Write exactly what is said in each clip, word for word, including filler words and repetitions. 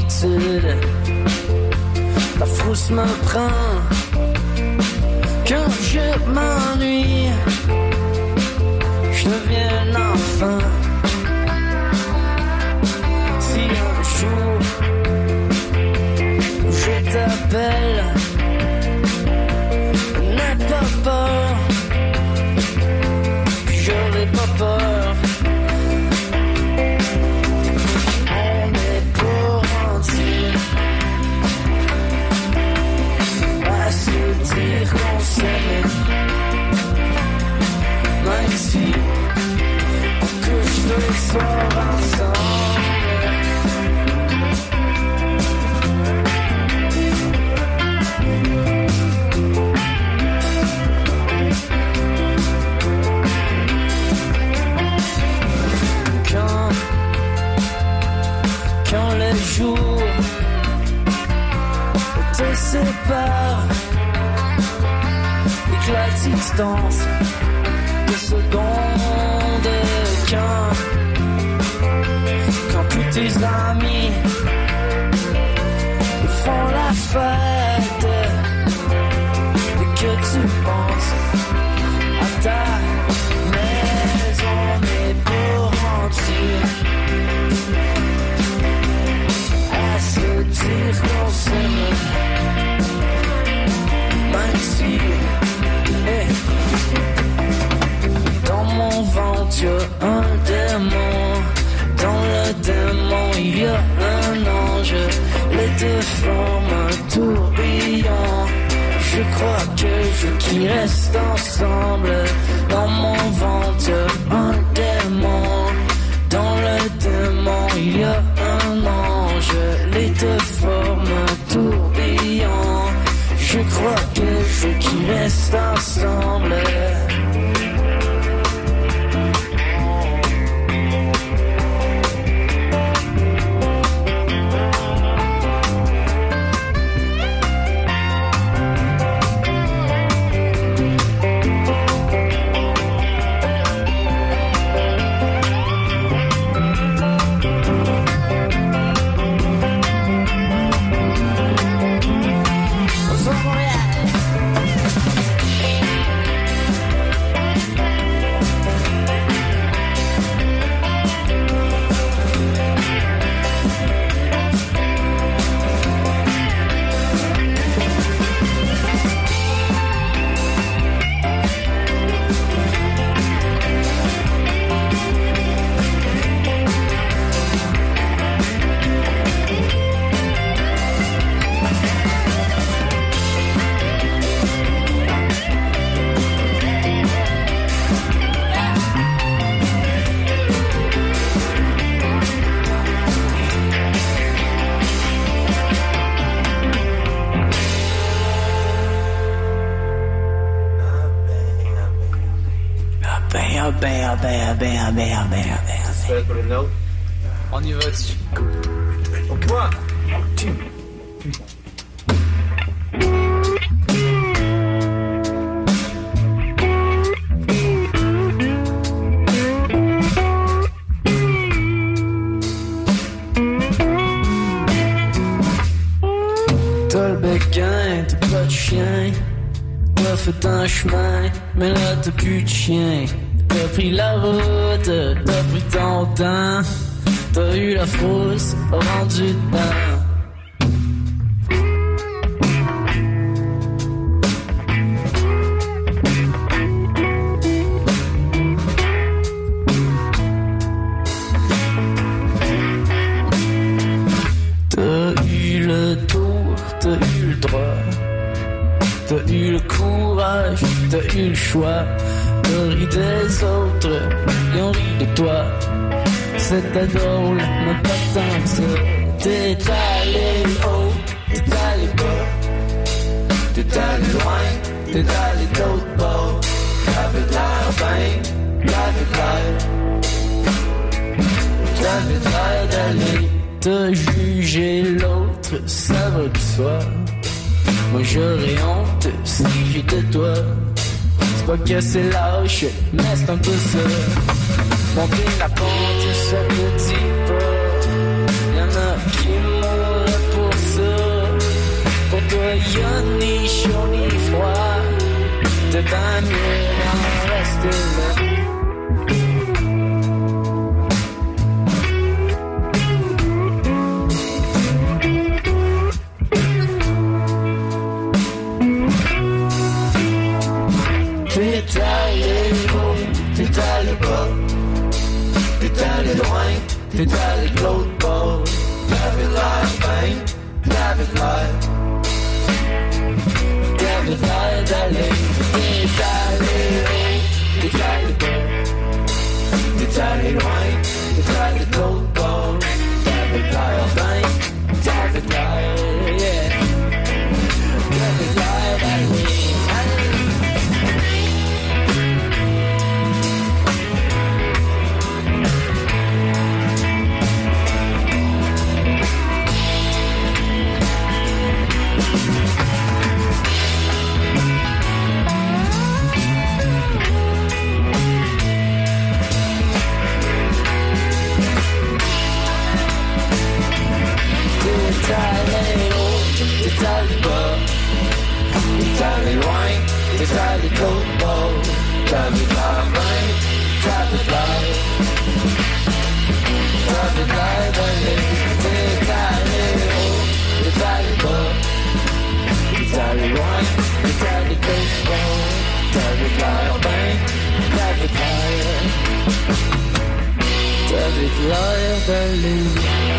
attitude. La frousse me prend quand je m'ennuie. Je deviens un enfant. Si un jour je t'appelle, n'aie pas peur, j'aurai pas peur. On est pas rendu à se dire qu'on s'aime, même si on couche tous les soirs ensemble. Quand les jours te séparent et que la distance de secondes, quand quand tous tes amis font la fête et que tu penses à ta maison, mais pour mentir se dire qu'on s'aime, même si hey, dans mon ventre y'a un démon, dans le démon y'a un ange, les deux forment un tourbillon. Je crois que je veux qu'ils restent ensemble. Dans mon ventre y'a un démon, dans le démon y'a un ange, les deux forment un tourbillon. Je crois que je veux qu'ils restent ensemble. On y va dessus. One, two, three. T'as le béguin, t'as pas de chien. T'as fait un chemin, mais là t'as plus de chien. T'as pris la route, t'as pris ton temps. T'as eu la frousse, rendu dedans. T'as eu le tour, t'as eu le droit. T'as eu le courage, t'as eu le choix. T'as ri des autres, ils ont ri de toi. C'était drôle, mais pas tant que ça. T'es allé haut, t'es allé bas. T'es allé loin, t'es allé d'autre bord. T'avais de l'air bien, t'avais de l'air. T'avais de l'air d'aller. T'as jugé l'autre, ça va de soi. Moi j'aurais honte si j'étais toi. C'est pas que c'est lâche, mais c'est un peu ça. Monter la pente, ça te dit pas. Y'en a qui mourraient y'a ni chaud ni froid, t'es pas mieux d'en rester là. T'es allé haut, t'es allé bas, t'es allé loin, t'es allé de l'autre bord. T'avais l'air ben, t'avais l'air, t'avais l'air d'aller. T'es allé haut, t'es allé bas, t'es allé loin, t'es allé de l'autre bord. T'avais l'air ben, t'avais l'air, yeah. T'avais l'air d'aller. T'es allé haut, t'es allé bas, t'es allé loin, t'es allé de l'autre bord. T'avais l'air bien, t'avais l'air, t'avais l'air d'aller. T'es allé haut, t'es allé bas, t'es allé loin, t'es allé de l'autre bord. T'avais l'air bien, t'avais l'air, t'avais l'air d'aller.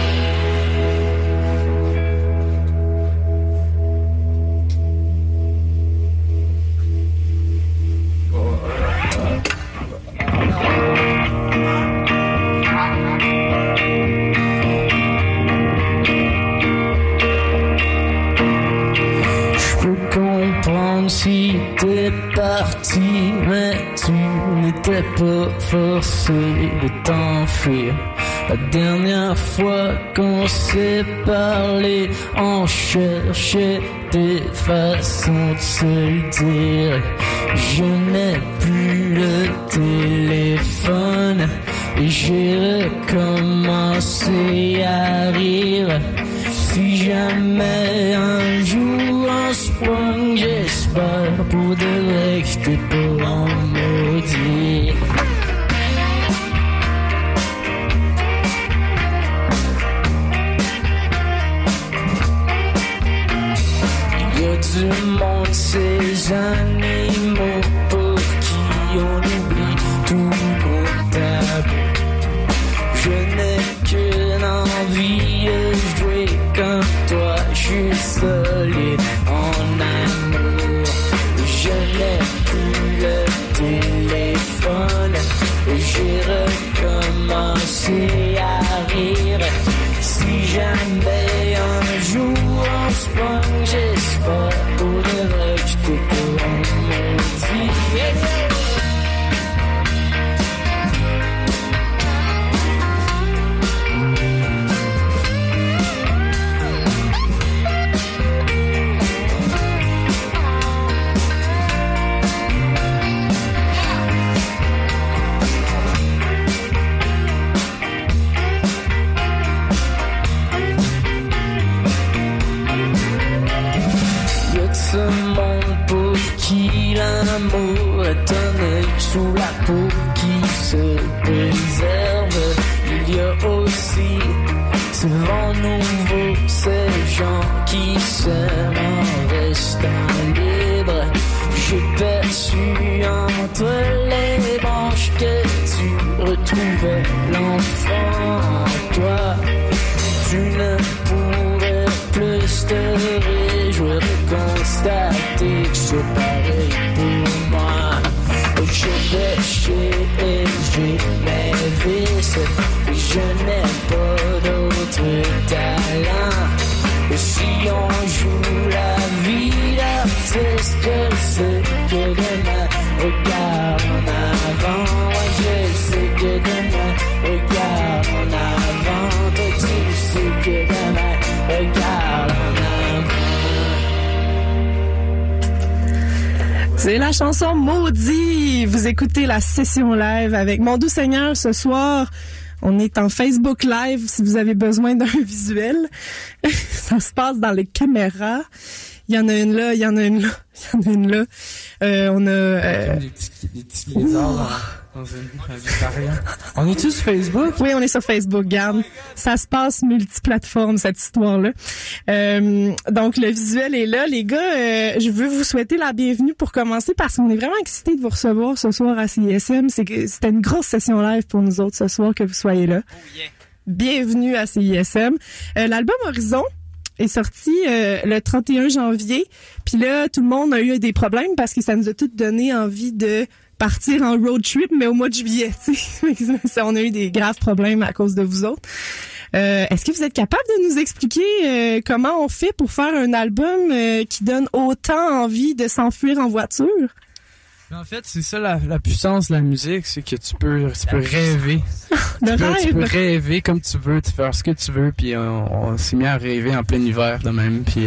Si t'es parti, mais tu n'étais pas forcé de t'enfuir. La dernière fois qu'on s'est parlé, on cherchait des façons de se le dire. Je n'ai plus le téléphone et j'ai recommencé à rire. Si jamais un jour on se pogne, j'espère pour de vrai que t'es pas en maudit. Il y a du monde, ces animaux pour qui on oublie tous nos tabous. Je n'ai qu'une envie de jouer comme toi, je suis solide en amour. Je n'ai plus le téléphone, j'ai recommencé à rire. Si jamais un jour on se pogne, j'espère pour de vrai que je t'ai pas maudit. Ce monde pour qui l'amour est un œil sous la peau qui se préserve. Il y a aussi ce vent nouveau, ces gens qui s'aiment en restant libres. J'ai perçu entre les branches que tu retrouvais l'enfant en toi. Tu ne pourrais plus te réjouir de constater que c'est pareil pour moi. J'ai péché et j'ai mes vices, je n'ai pas d'autre talent. Et si on joue la vie d'artiste, je sais que demain, regarde en avant. Ouais, je sais que demain, regarde en avant. Toi, tu sais que demain, regarde en avant. C'est la chanson Maudit. Vous écoutez la session live avec Mon Doux Seigneur ce soir. On est en Facebook Live si vous avez besoin d'un visuel. Ça se passe dans les caméras. Il y en a une là, il y en a une là, il y en a une là. Euh, on a... Euh... Comme des petits, des petits lézards dans, dans une végétarienne. On est tous sur Facebook? Oui, on est sur Facebook, garde. Ça se passe multiplateforme, cette histoire-là. Euh, donc, le visuel est là. Les gars, euh, je veux vous souhaiter la bienvenue pour commencer parce qu'on est vraiment excités de vous recevoir ce soir à C I S M. C'est que c'était une grosse session live pour nous autres ce soir que vous soyez là. Oh yeah. Bienvenue à C I S M. Euh, l'album Horizon est sorti euh, le trente et un janvier. Puis là, tout le monde a eu des problèmes parce que ça nous a tous donné envie de partir en road trip, mais au mois de juillet. T'sais. On a eu des graves problèmes à cause de vous autres. Euh, est-ce que vous êtes capable de nous expliquer euh, comment on fait pour faire un album euh, qui donne autant envie de s'enfuir en voiture? En fait, c'est ça la, la puissance de la musique, c'est que tu peux, tu peux rêver. Le tu, peux, rêve. tu peux rêver comme tu veux, tu peux faire ce que tu veux, puis on, on s'est mis à rêver en plein hiver de même, puis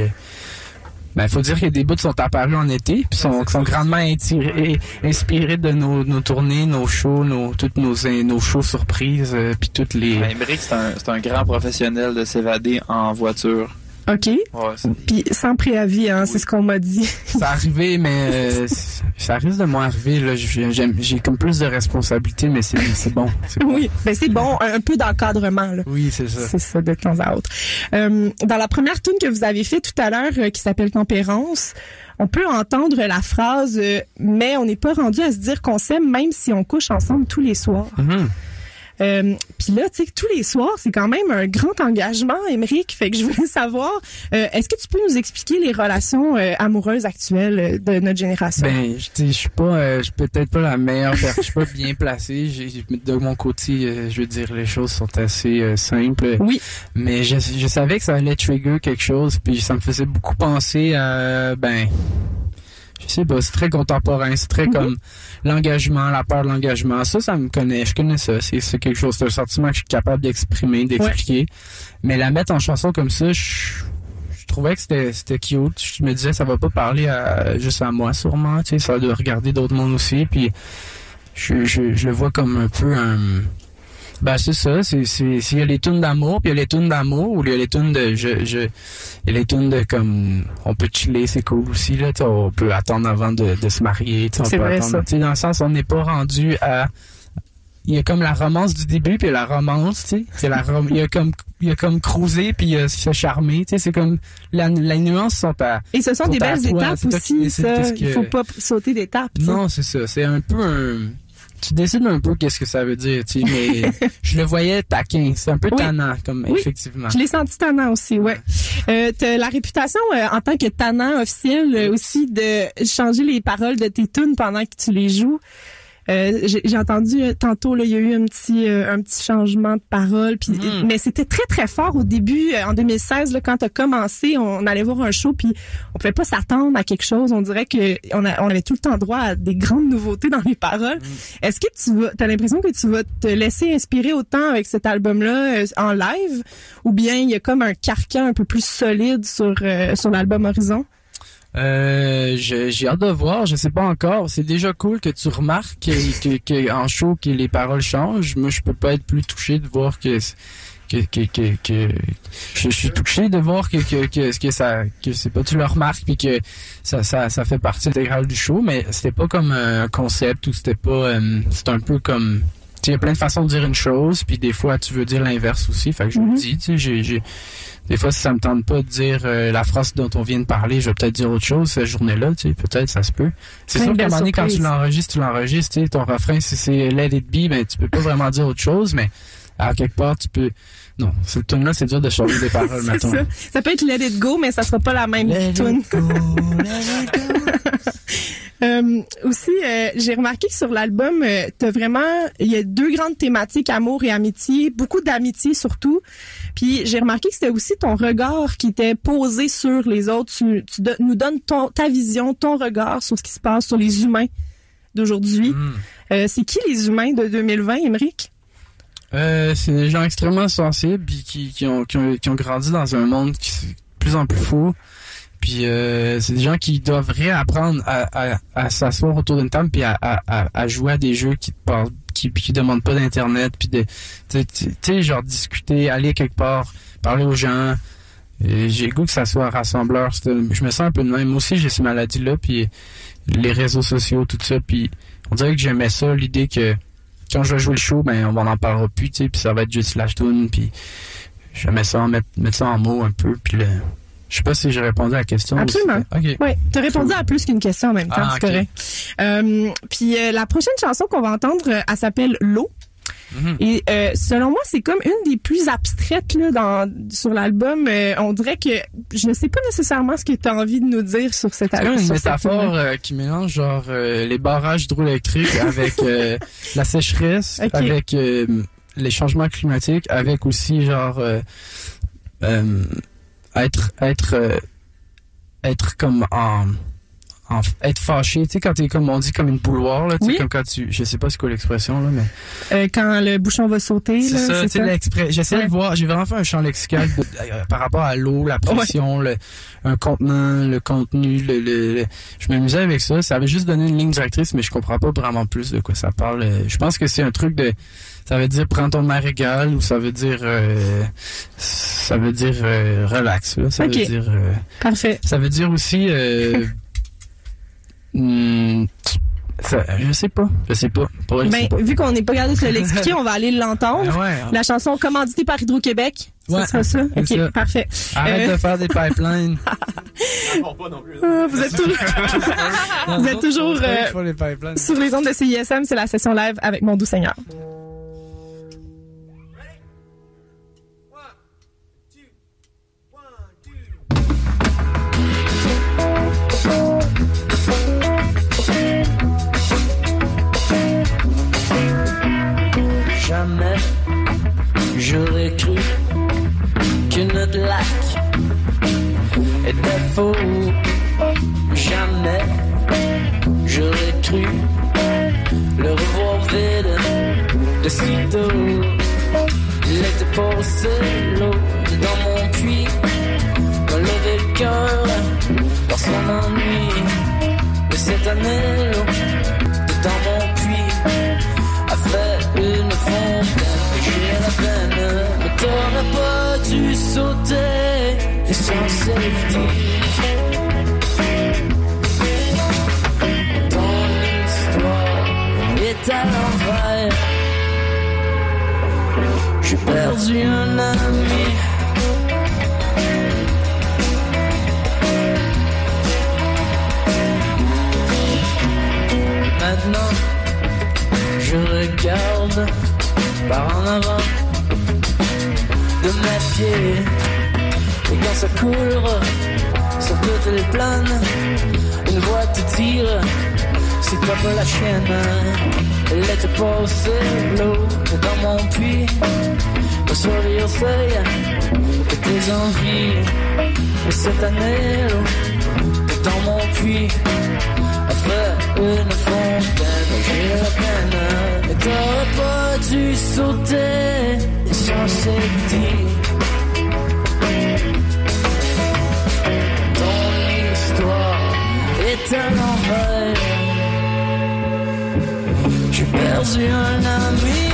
ben faut dire que des bouts sont apparus en été, puis sont, sont grandement intirés, inspirés de nos, nos tournées, nos shows, nos toutes nos nos shows surprises, euh, puis toutes les. Ben, Émeric, c'est un c'est un grand professionnel de s'évader en voiture. OK. Ouais, puis sans préavis, hein, oui. C'est ce qu'on m'a dit. Ça arrivé, mais euh, ça risque de m'arriver. Là, j'ai, j'ai comme plus de responsabilités, mais c'est, c'est bon. C'est bon. Oui, ben c'est bon, un peu d'encadrement. Là. Oui, c'est ça. C'est ça, de temps à autre. Euh, dans la première tune que vous avez fait tout à l'heure, euh, qui s'appelle Tempérance, on peut entendre la phrase euh, « Mais on n'est pas rendu à se dire qu'on s'aime même si on couche ensemble tous les soirs. Mm-hmm. » Euh, puis là, tu sais, tous les soirs, c'est quand même un grand engagement, Émeric. Fait que je voulais savoir, euh, est-ce que tu peux nous expliquer les relations euh, amoureuses actuelles de notre génération? Ben, je je suis pas, euh, je suis peut-être pas la meilleure personne, je suis pas bien placé. J'ai, de mon côté, euh, je veux dire, les choses sont assez euh, simples. Oui. Mais je, je savais que ça allait trigger quelque chose, puis ça me faisait beaucoup penser à, ben. Je sais pas, c'est très contemporain, c'est très mm-hmm. comme l'engagement, la peur de l'engagement. Ça, ça me connaît, je connais ça. C'est, c'est quelque chose, c'est un sentiment que je suis capable d'exprimer, d'expliquer. Ouais. Mais la mettre en chanson comme ça, je, je trouvais que c'était, c'était cute. Je me disais, ça va pas parler à, juste à moi sûrement, tu sais, ça doit regarder d'autres mondes aussi. Puis je, je, je le vois comme un peu un... Ben c'est ça, c'est c'est s'il y a les tunes d'amour, puis il y a les tunes d'amour, ou il y a les tunes de je je il y a les tunes de comme on peut chiller, c'est cool aussi là, on peut attendre avant de, de se marier, on c'est peut vrai, attendre, dans le sens on n'est pas rendu à il y a comme la romance du début puis la romance, tu sais, c'est la rom... il y a comme il y a comme cruiser puis il y a se charmer, tu sais, c'est comme la la nuance sont à et ce sont des belles toi, étapes aussi, ça, il faut que... pas sauter d'étapes. Non, c'est ça, c'est un peu un tu décides un peu qu'est-ce que ça veut dire, tu sais, mais je le voyais taquin, c'est un peu oui. tannant, comme oui. effectivement. Je l'ai senti tannant aussi, ouais. Euh, t'as la réputation euh, en tant que tannant officiel euh, aussi de changer les paroles de tes tunes pendant que tu les joues. Euh, j'ai, j'ai entendu euh, tantôt là, il y a eu un petit euh, un petit changement de parole, puis mm. mais c'était très très fort au début euh, en deux mille seize là, quand t'as commencé, on, on allait voir un show puis on pouvait pas s'attendre à quelque chose, on dirait que on, a, on avait tout le temps droit à des grandes nouveautés dans les paroles. Mm. Est-ce que tu vas t'as l'impression que tu vas te laisser inspirer autant avec cet album là euh, en live ou bien il y a comme un carcan un peu plus solide sur euh, sur l'album Horizon? Euh, je, j'ai hâte de voir, je sais pas encore. C'est déjà cool que tu remarques que, que, que en show que les paroles changent. Moi, je peux pas être plus touché de voir que que que que, que je, je suis touché de voir que que que, que ça que c'est pas tu le remarques puis que ça ça ça fait partie intégrale du show, mais c'était pas comme un concept ou c'était pas euh, c'est un peu comme il y a plein de façons de dire une chose, puis des fois tu veux dire l'inverse aussi. Fait que je mm-hmm. me dis, tu sais, j'ai j'ai des fois, si ça me tente pas de dire euh, la phrase dont on vient de parler, je vais peut-être dire autre chose cette journée-là, tu sais, peut-être, ça se peut. C'est sûr qu'à un moment donné, quand tu l'enregistres, tu l'enregistres, tu sais, ton refrain, si c'est Let It Be, ben, tu peux pas vraiment dire autre chose, mais à quelque part, tu peux... Non, cette tune-là, c'est dur de changer des paroles, mettons. Ça. ça peut être Let It Go, mais ça sera pas la même tune. Euh, aussi, euh, j'ai remarqué que sur l'album, euh, t'as vraiment, il y a deux grandes thématiques, amour et amitié, beaucoup d'amitié surtout. Puis j'ai remarqué que c'était aussi ton regard qui était posé sur les autres. Tu, tu do- nous donnes ton, ta vision, ton regard sur ce qui se passe sur les humains d'aujourd'hui. Mm. Euh, c'est qui les humains de deux mille vingt, Émeric? Euh, c'est des gens extrêmement sensibles puis qui, qui, ont, qui, ont, qui ont grandi dans un monde qui est de plus en plus fou. Puis euh, c'est des gens qui doivent réapprendre à, à, à s'asseoir autour d'une table puis à, à, à jouer à des jeux qui te parlent, qui, qui demandent pas d'internet, puis de tu sais genre discuter, aller quelque part, parler aux gens, Et j'ai le goût que ça soit rassembleur. C'est, je me sens un peu de même. Moi aussi, j'ai ces maladies-là, puis les réseaux sociaux, tout ça, puis on dirait que j'aimais ça, l'idée que quand je vais jouer le show, ben on en parlera plus, tu sais, puis ça va être juste slash tune, puis j'aimais ça, mettre, mettre ça en mots un peu, puis le... Je sais pas si j'ai répondu à la question. Absolument. Okay. Oui, tu as répondu à plus qu'une question en même temps, ah, c'est okay. correct. Euh, puis euh, la prochaine chanson qu'on va entendre, euh, elle s'appelle L'eau. Mm-hmm. Et euh, selon moi, c'est comme une des plus abstraites là, dans, sur l'album. Euh, on dirait que je ne sais pas nécessairement ce que tu as envie de nous dire sur cet album. C'est comme une métaphore euh, qui mélange genre euh, les barrages hydroélectriques avec euh, la sécheresse, okay. avec euh, les changements climatiques, avec aussi genre euh, euh, être être euh, être comme en En, être fâché, tu sais, quand t'es comme on dit comme une bouilloire, là, tu sais, oui. comme quand tu, je sais pas c'est quoi l'expression, là, mais. Euh, quand le bouchon va sauter, c'est là. Ça, c'est tu sais, l'expression. J'essaie ouais. de voir, j'ai vraiment fait un champ lexical de, euh, par rapport à l'eau, la pression, ouais. le, un contenant, le contenu, le, le, le, je m'amusais avec ça. Ça avait juste donné une ligne directrice, mais je comprends pas vraiment plus de quoi ça parle. Je pense que c'est un truc de, ça veut dire prends ton mère égale ou ça veut dire, euh, ça veut dire, euh, relax, là. Ça okay. veut dire, euh, parfait. Ça veut dire aussi, euh, Mmh, ça, je sais pas, je sais pas. Pour elle, ben, sais pas. Vu qu'on n'est pas capable de se l'expliquer, on va aller l'entendre. Ouais, ouais. La chanson commanditée par Hydro-Québec. Ouais, ça sera ça? Ok, ça. Parfait. Arrête euh... de faire des pipelines. pas non plus, ah, vous êtes toujours, non, vous êtes toujours euh, les sur les ondes de C I S M, c'est la session live avec Mon Doux Seigneur. Jamais j'aurais cru que notre lac était faux. Jamais j'aurais cru le revoir vide de sitôt. L'été passé, l'eau dans mon puits m'a levé le cœur par son ennui. Et cette année, l'eau dans mon puits a fait une fontaine. J'ai la peine, mais t'aurais pas dû sauter sans safety. Ton histoire est à l'envers. J'ai perdu un ami. Maintenant je regarde par en avant de mes pieds. Et quand ça coule sur toutes les planes, une voix te tire, c'est toi pas la chienne. L'été passé, l'eau dans mon puits, me sourire seuil de tes envies. Et cette année, l'eau dans mon puits a fait une fontaine. J'ai la peine, mais t'aurais pas dû sauter sans safety. Ton histoire est à l'envers. J'ai perdu un ami.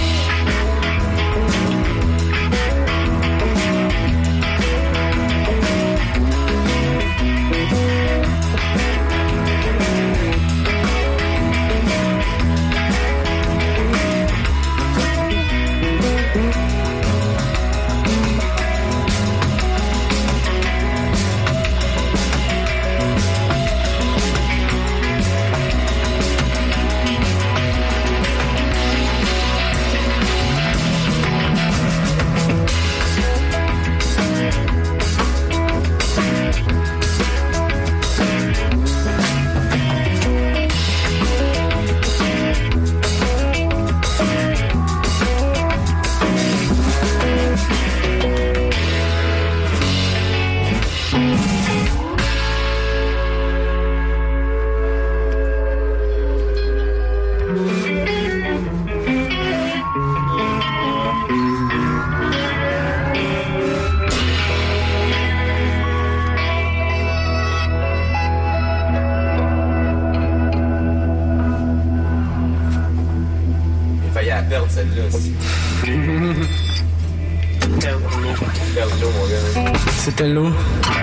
Perdre celle-là aussi. Perdre l'eau. Perdre l'eau, mon gars. C'était l'eau.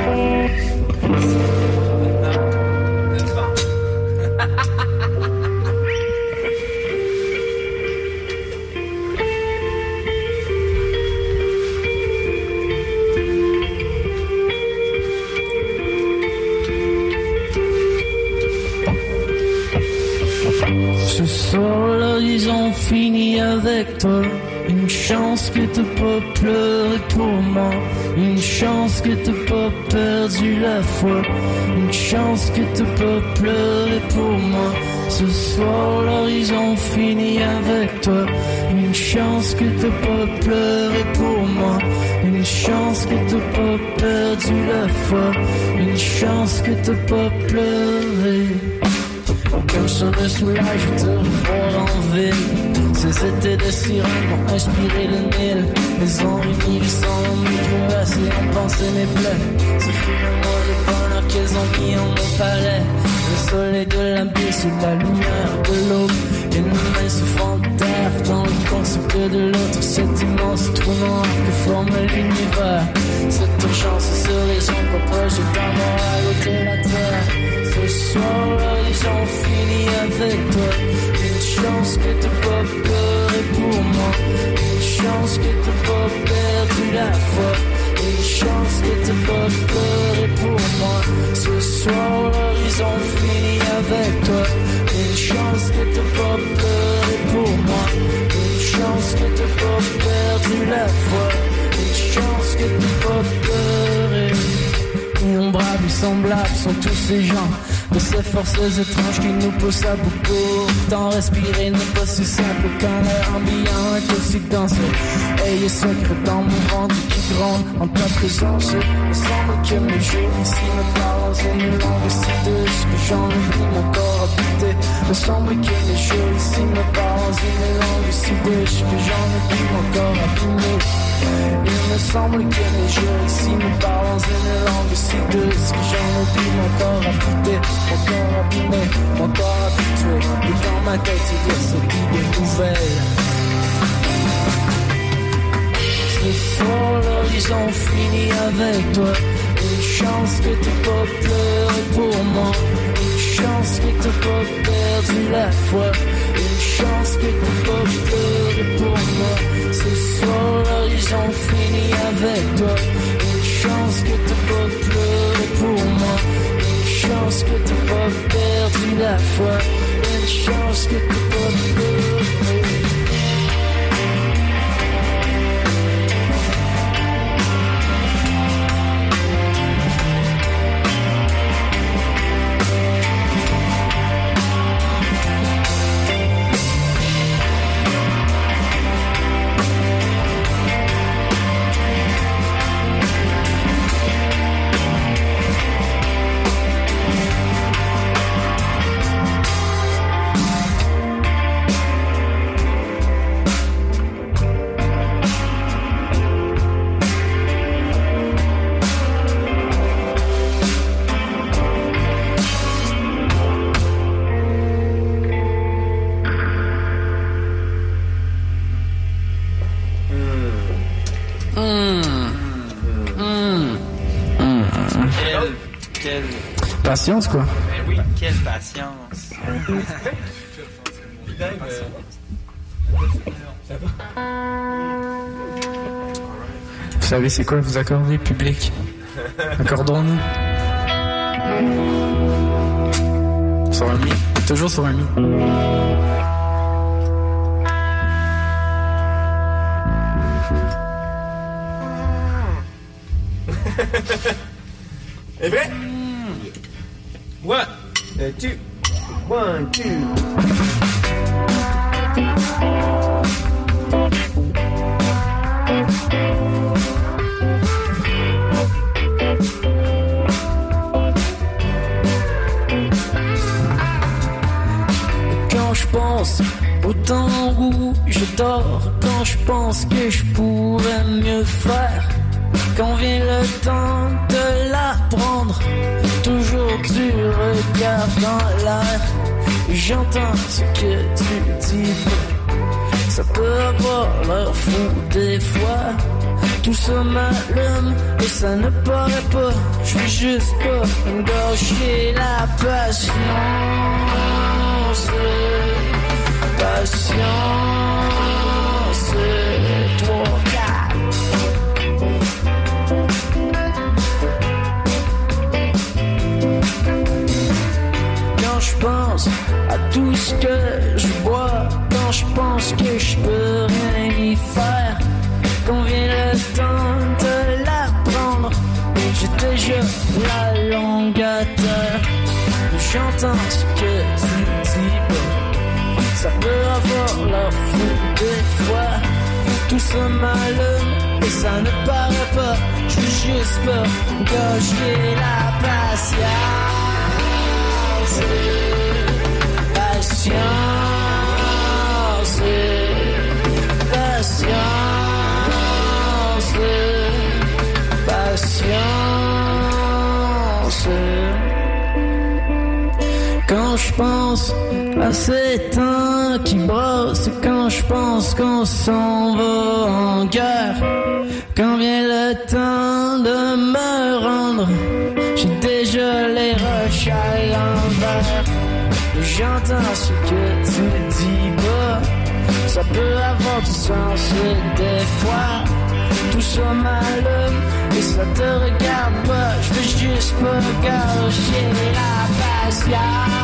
Ce soir, l'horizon finit avec toi. Une chance que t'as pas pleuré pour moi. Une chance que t'as pas perdu la foi. Une chance que t'as pas pleuré pour moi. Ce soir, l'horizon finit avec toi. Une chance que t'as pas pleuré pour moi. Une chance que t'as pas perdu la foi. Une chance que t'as pas pleuré. Comme sur le soulage de te revoir en ville. Ces étés de sirène m'ont inspiré le Nil. Ils ont réuni le sang en micro-as et ont pensé mes plaies. Ce fut le mot de bonheur qu'ils ont mis en mon palais. Le soleil de l'abysse et la lumière de l'aube. Une main souffrant d'air dans le concept de l'autre. Cet immense trou noir que forme l'univers. Cette urgence sur les gens qu'on projette d'un mort à l'autre de la terre. Ce soir, l'horizon finit avec toi. Une chance que t'as pas pleuré pour moi. Une chance que t'as pas perdu la foi. Une chance que t'as pas pleuré pour moi. Ce soir, l'horizon finit avec toi. Une chance que t'as pas pleuré pour moi. Une chance que t'as pas perdu la foi. Une chance que t'as pas pleuré. Innombrables et semblables sont tous ces gens de ces forces étranges qui nous poussent à bout. Pourtant respirer n'est pas si simple quand l'air ambiant est aussi dense. Ayez secret dans mon ventre qui gronde en ta présence. Il semble que mes jours ici me parlent dans une langue si douce que j'en oublie mon corps habité. Il semble que mes jours ici me parlent dans une langue si douce que j'en oublie mon corps abîmé. Il me semble que mes jours ici me parlent dans une langue si douce que j'en oublie mon corps habité. Mon corps abîmé, mon corps habitué. Et dans ma tête il y a cette idée nouvelle. Ce soir l'horizon finit avec toi. Une chance que t'as pas pleuré pour moi. Une chance que t'as pas perdu la foi. Une chance que t'as pas pleuré pour moi. Ce soir l'horizon finit avec toi. Une chance que t'as pas pleuré pour moi. Une chance que t'as pas perdu la foi. Une chance que t'as pas pleuré. Patience, quoi. Ben oui, quelle patience. Vous savez c'est quoi vous accordez, public? Accordons-nous. Sur un mi. Toujours sur un mi. Est vrai? One, uh, two, one, two. Quand je pense au temps où je dors, quand je pense que je pourrais mieux faire, quand vient le temps de l'apprendre, toujours que tu regardes dans l'air, j'entends ce que tu dis. Ça peut avoir l'air fou des fois, Tout ça m'allume et ça ne paraît pas. Je veux juste pas me gâcher la patience. Patience. Trois, quatre. Quand je pense à tout ce que je vois, quand je pense que je peux rien y faire, quand vient le temps de l'apprendre, j'ai déjà la langue à terre. J'entends ce que tu dis pas, ça peut avoir l'air fou des fois. Tout ça m'allume et ça ne paraît pas. Je veux juste pas gâcher la patience. Patience. Patience. Patience. Quand je pense à ces temps qui brassent, quand je pense qu'on s'en va en guerre, quand vient le temps de me rendre, j'ai déjà les roches à l'envers. J'entends ce que tu dis pas, ça peut avoir du sens des fois. Tout ça m'allume et ça te regarde pas. Je veux juste pas gâcher la patience.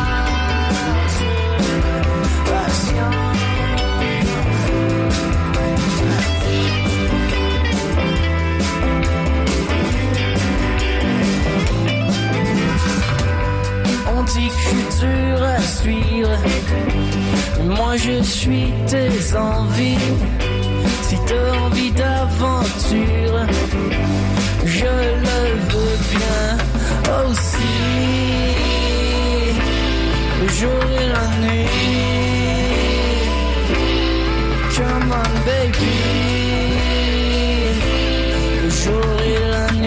Patience. On dit que je suis dur à suivre, mais moi je suis tes envies. Si t'as envie d'aventure, je le veux bien aussi. Le jour et la nuit, come on baby. Le jour et la nuit.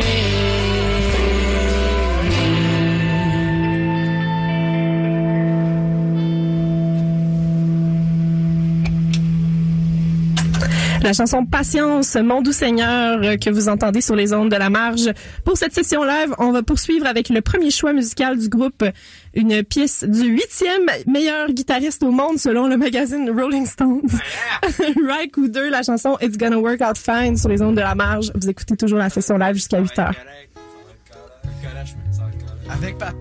La chanson Patience, Mon doux Seigneur, que vous entendez sur les ondes de la marge. Pour cette session live, on va poursuivre avec le premier choix musical du groupe, une pièce du huitième meilleur guitariste au monde selon le magazine Rolling Stones. Ry Cooder, la chanson It's Gonna Work Out Fine sur les ondes de la marge. Vous écoutez toujours la session live jusqu'à huit heures. Avec Pat.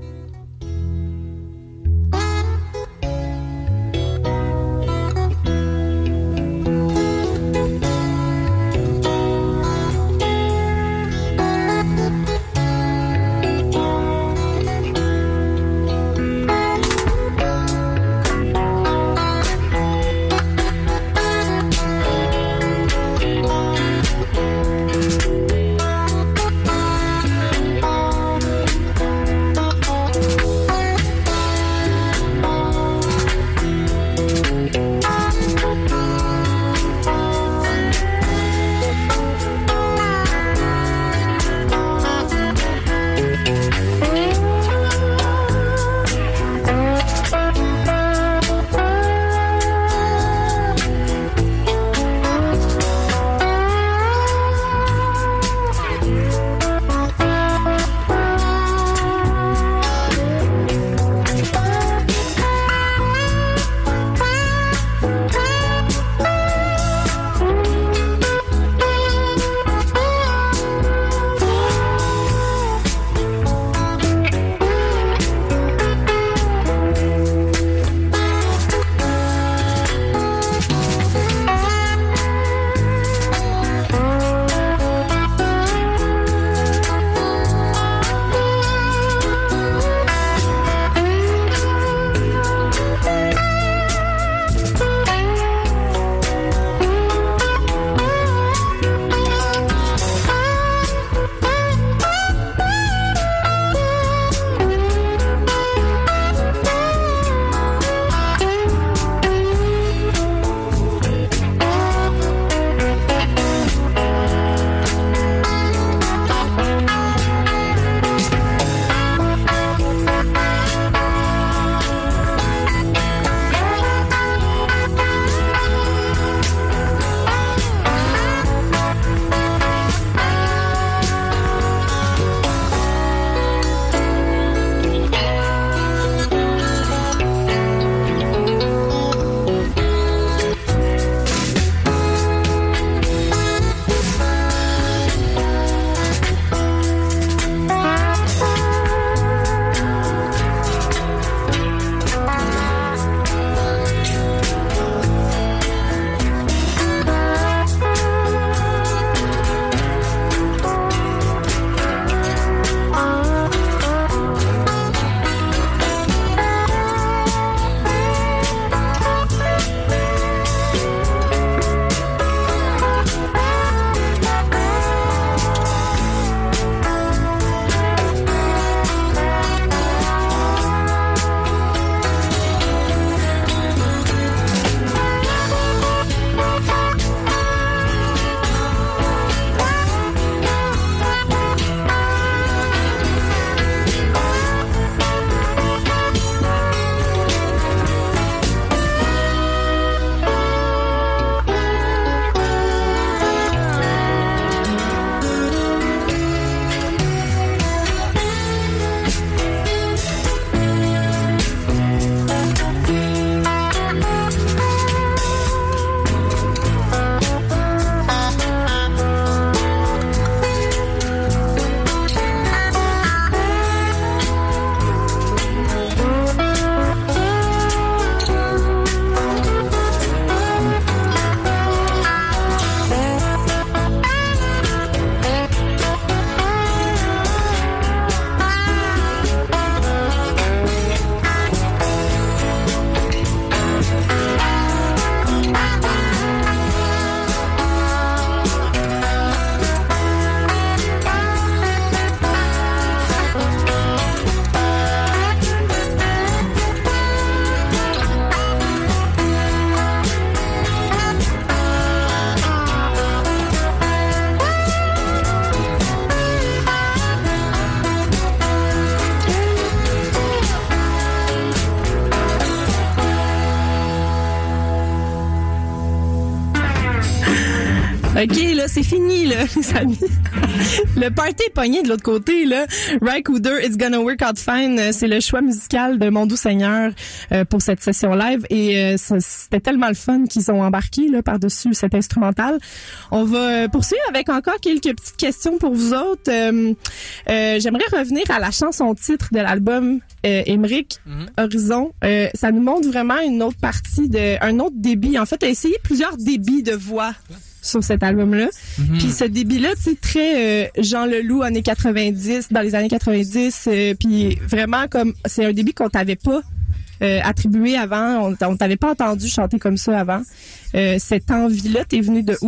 OK, là, c'est fini, là, les amis. Le party est pogné de l'autre côté, là. Rycooder, It's Gonna Work Out Fine, c'est le choix musical de Mon Doux Seigneur euh, pour cette session live. Et euh, ça, c'était tellement le fun qu'ils ont embarqué là par-dessus cet instrumental. On va poursuivre avec encore quelques petites questions pour vous autres. Euh, euh, j'aimerais revenir à la chanson-titre de l'album euh, Émeric, mm-hmm. Horizon. Euh, ça nous montre vraiment une autre partie, de, un autre débit. En fait, tu as essayé plusieurs débits de voix sur cet album-là. Mm-hmm. Puis ce débit-là, c'est très euh, Jean Leloup, années quatre-vingt-dix, dans les années quatre-vingt-dix. Euh, puis vraiment, comme c'est un débit qu'on t'avait pas euh, attribué avant. On, on t'avait pas entendu chanter comme ça avant. Euh, cette envie-là, t'es venue de où?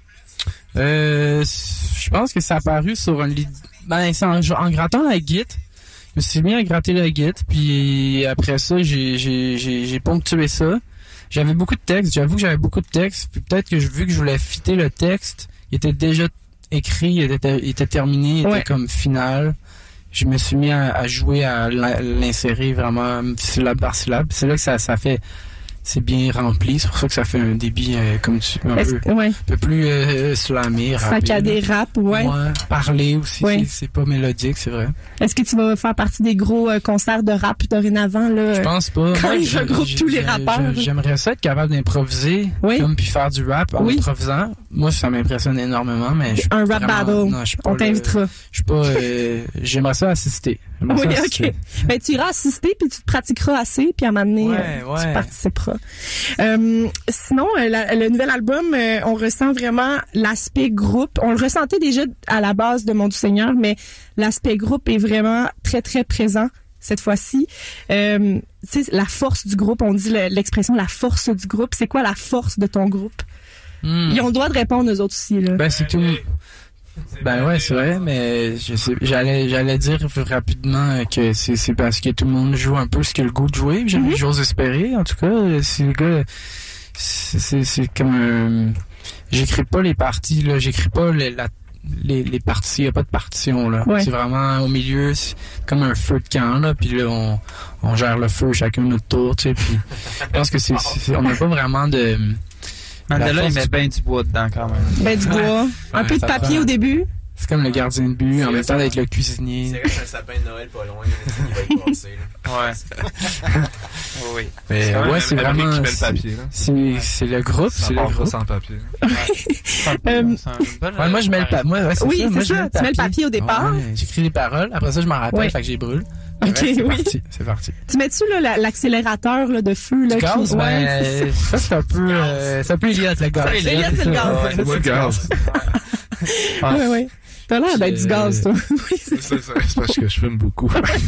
Euh, je pense que ça a apparu sur un lit... Ben, c'est en, en grattant la guitare. Je me suis mis à gratter la guitare, puis après ça, j'ai, j'ai, j'ai, j'ai ponctué ça. J'avais beaucoup de textes, j'avoue que j'avais beaucoup de textes, puis peut-être que vu que je voulais fitter le texte, il était déjà écrit, il était, il était terminé, il ouais. était comme final. Je me suis mis à, à jouer, à l'insérer vraiment syllabe par syllabe. C'est là que ça, ça fait... C'est bien rempli, c'est pour ça que ça fait un débit euh, comme tu un peu, ouais. un peu plus euh, slamé, rappé. Saccadé rap, ouais. ouais. Parler aussi, ouais. c'est, c'est pas mélodique, c'est vrai. Est-ce que tu vas faire partie des gros euh, concerts de rap dorénavant là? Je pense pas. Quand ils regroupent tous les rappeurs. J'aimerais ça être capable d'improviser, oui. comme puis faire du rap en oui. improvisant. Moi, ça m'impressionne énormément, mais je un rap battle. Non, on t'invitera. Je suis pas. Euh, j'aimerais ça assister. Oui, ça assister. Ok. Ben tu iras assister puis tu te pratiqueras assez puis à un moment donné, ouais, euh, ouais. tu participeras. Euh, sinon, euh, la, le nouvel album, euh, on ressent vraiment l'aspect groupe. On le ressentait déjà à la base de Mon Doux Seigneur, mais l'aspect groupe est vraiment très, très présent cette fois-ci. Euh, tu sais, la force du groupe, on dit le, l'expression la force du groupe. C'est quoi la force de ton groupe? Mm. Ils ont le droit de répondre aux autres aussi, là. Ben, c'est tout... Ben ouais, c'est vrai, mais je sais, j'allais, j'allais dire rapidement que c'est, c'est parce que tout le monde joue un peu ce qu'il a le goût de jouer. J'avais, mm-hmm. j'ose espérer. En tout cas, si le gars, c'est, c'est, c'est comme un, j'écris pas les parties, là, j'écris pas les, la, les, les parties, y a pas de partition, là. Ouais. C'est vraiment au milieu, c'est comme un feu de camp, là, puis là, on, on gère le feu chacun notre tour, tu sais, puis je pense que c'est, c'est on n'a pas vraiment de, Mandela, il met bien du bois dedans, quand même. Ben du bois. Un ouais, peu de papier prend... au début. C'est comme le gardien de but, c'est en même temps d'être le cuisinier. C'est vrai un sapin de Noël pas loin, il va être passé, là. Ouais. Oui. Mais c'est ouais, c'est vraiment... Le papier, là. C'est, c'est le groupe, ça c'est le groupe. Sans papier. euh, ouais, moi, je mets le papier. Moi, ouais, c'est oui, ça. c'est moi, ça. Tu mets le papier au départ. Ouais, j'écris les paroles. Après ça, je m'en rappelle, ouais. fait que j'y brûle. Ok, ouais, c'est oui. Parti, c'est parti. Tu mets-tu là, l'accélérateur là, de feu là, du gaz, qui... ben, ouais, c'est ça c'est un peu, euh, c'est un peu Elliott le gaz. C'est Elliott c'est le gaz. Ouais, c'est le gaz. Ouais, ouais. T'as l'air d'être du gaz, toi. Oui, c'est ça, c'est parce que je fume beaucoup.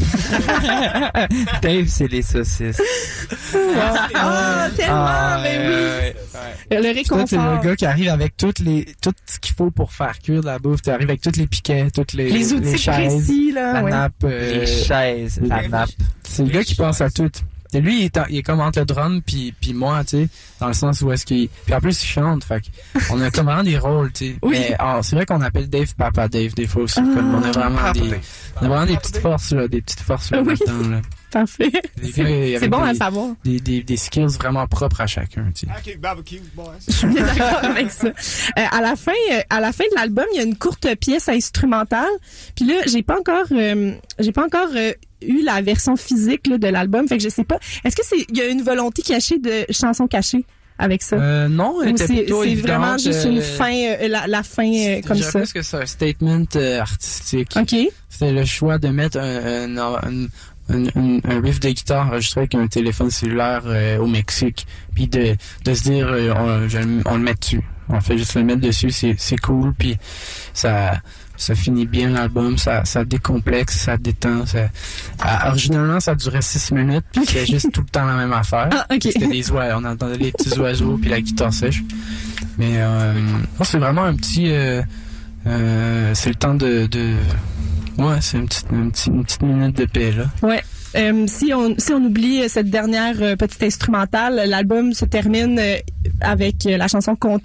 Dave, c'est les saucisses. Ah, tellement, ah, mais oui. Ouais, ouais. Le réconfort. C'est le gars qui arrive avec toutes les, tout ce qu'il faut pour faire cuire de la bouffe. Tu arrives avec tous les piquets, toutes les, les outils les chaises, précis, là. La ouais. nappe. Euh, les chaises, la les, nappe. C'est le gars qui pense à tout. Et lui, il est, il est comme entre le drum puis puis moi, tu sais, dans le sens où est-ce qu'il... Puis en plus, il chante, fait on a comme vraiment des rôles, tu sais. Oui. Mais alors, c'est vrai qu'on appelle Dave Papa Dave des fois aussi. Ah, comme on a vraiment des... On a vraiment des petites forces, là, des petites forces là, oui. là-dedans, là. Parfait. C'est, c'est bon des, à savoir. Des, des, des skills vraiment propres à chacun, tu sais. Je suis bien d'accord avec ça. Euh, à la fin, euh, à la fin de l'album, il y a une courte pièce instrumentale. Puis là, j'ai pas encore, euh, j'ai pas encore euh, eu la version physique là, de l'album. Fait que je sais pas. Est-ce que c'est, il y a une volonté cachée de chansons cachées avec ça? Euh, non, elle était c'est, plutôt c'est évidente, vraiment juste euh, une fin, euh, la, la fin euh, comme ça. Je pense que c'est un statement euh, artistique. Ok. C'était le choix de mettre un, un, un Un, un, un riff de guitare enregistré avec un téléphone cellulaire euh, au Mexique, puis de, de se dire euh, on, je, on le met dessus, on fait juste le mettre dessus, c'est, c'est cool, puis ça ça finit bien l'album, ça, ça décomplexe, ça détend. Ça... Ah, originalement, ça durait six minutes, puis c'était juste tout le temps la même affaire. Ah, okay. C'était des oiseaux, on entendait les petits oiseaux, puis la guitare sèche. Mais euh, c'est vraiment un petit... Euh, euh, c'est le temps de... de... Ouais, c'est une petite, une petite, une petite minute de paix, là. Ouais. Euh, si on si on oublie cette dernière euh, petite instrumentale, l'album se termine euh, avec euh, la chanson Content.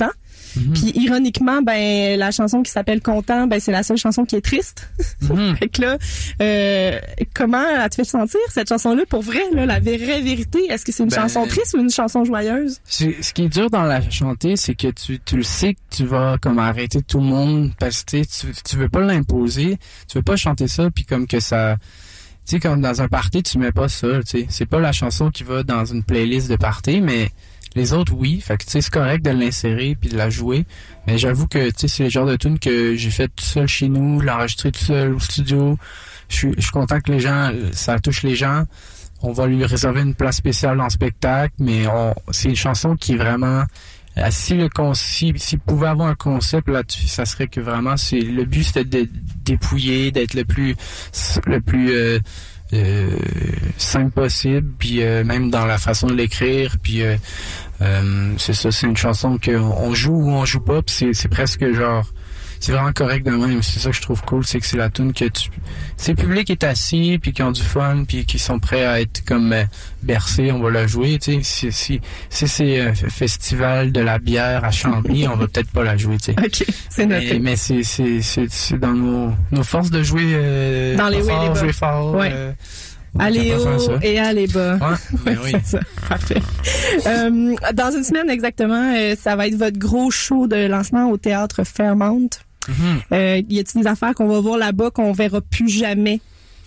Mm-hmm. Puis ironiquement, ben la chanson qui s'appelle Content, ben c'est la seule chanson qui est triste. Mm-hmm. Fait que là, euh, comment elle te fait sentir cette chanson-là pour vrai, là, la vraie vérité? Est-ce que c'est une ben, chanson triste ou une chanson joyeuse? Ce qui est dur dans la chanter, c'est que tu, tu le sais que tu vas comme arrêter tout le monde parce que tu, tu veux pas l'imposer, tu veux pas chanter ça puis comme que ça, tu sais, comme dans un party, tu mets pas ça, tu sais. C'est pas la chanson qui va dans une playlist de party, mais les autres, oui. Fait que, tu sais, c'est correct de l'insérer puis de la jouer. Mais j'avoue que, tu sais, c'est le genre de tune que j'ai fait tout seul chez nous, l'enregistrer tout seul au studio. Je suis, je suis content que les gens, ça touche les gens. On va lui réserver une place spéciale dans le spectacle, mais on, c'est une chanson qui est vraiment, si le si, s'il pouvait avoir un concept là-dessus, ça serait que vraiment, c'est, le but c'était de dépouiller, d'être le plus, le plus, euh, Euh, simple possible, puis euh, même dans la façon de l'écrire, puis euh, euh, c'est ça, c'est une chanson qu'on on joue ou on joue pas, puis c'est, c'est presque genre, c'est vraiment correct de même. C'est ça que je trouve cool, c'est que c'est la tune que tu, c'est le public est assis, puis qui ont du fun, puis qui sont prêts à être comme euh, bercés, on va la jouer, tu sais. Si, si, si c'est un festival de la bière à Chambly, on va peut-être pas la jouer, tu sais. Ok, c'est noté. Mais, mais c'est, c'est, c'est, c'est dans nos, nos forces de jouer euh, dans les fort, hauts et les bas. Jouer fort. Ouais. Euh, Aller haut et aller bas. Ouais, ben oui. C'est ça. Parfait. euh, dans une semaine exactement, euh, ça va être votre gros show de lancement au théâtre Fairmount. Mm-hmm. Euh, y a-t-il des affaires qu'on va voir là-bas qu'on verra plus jamais?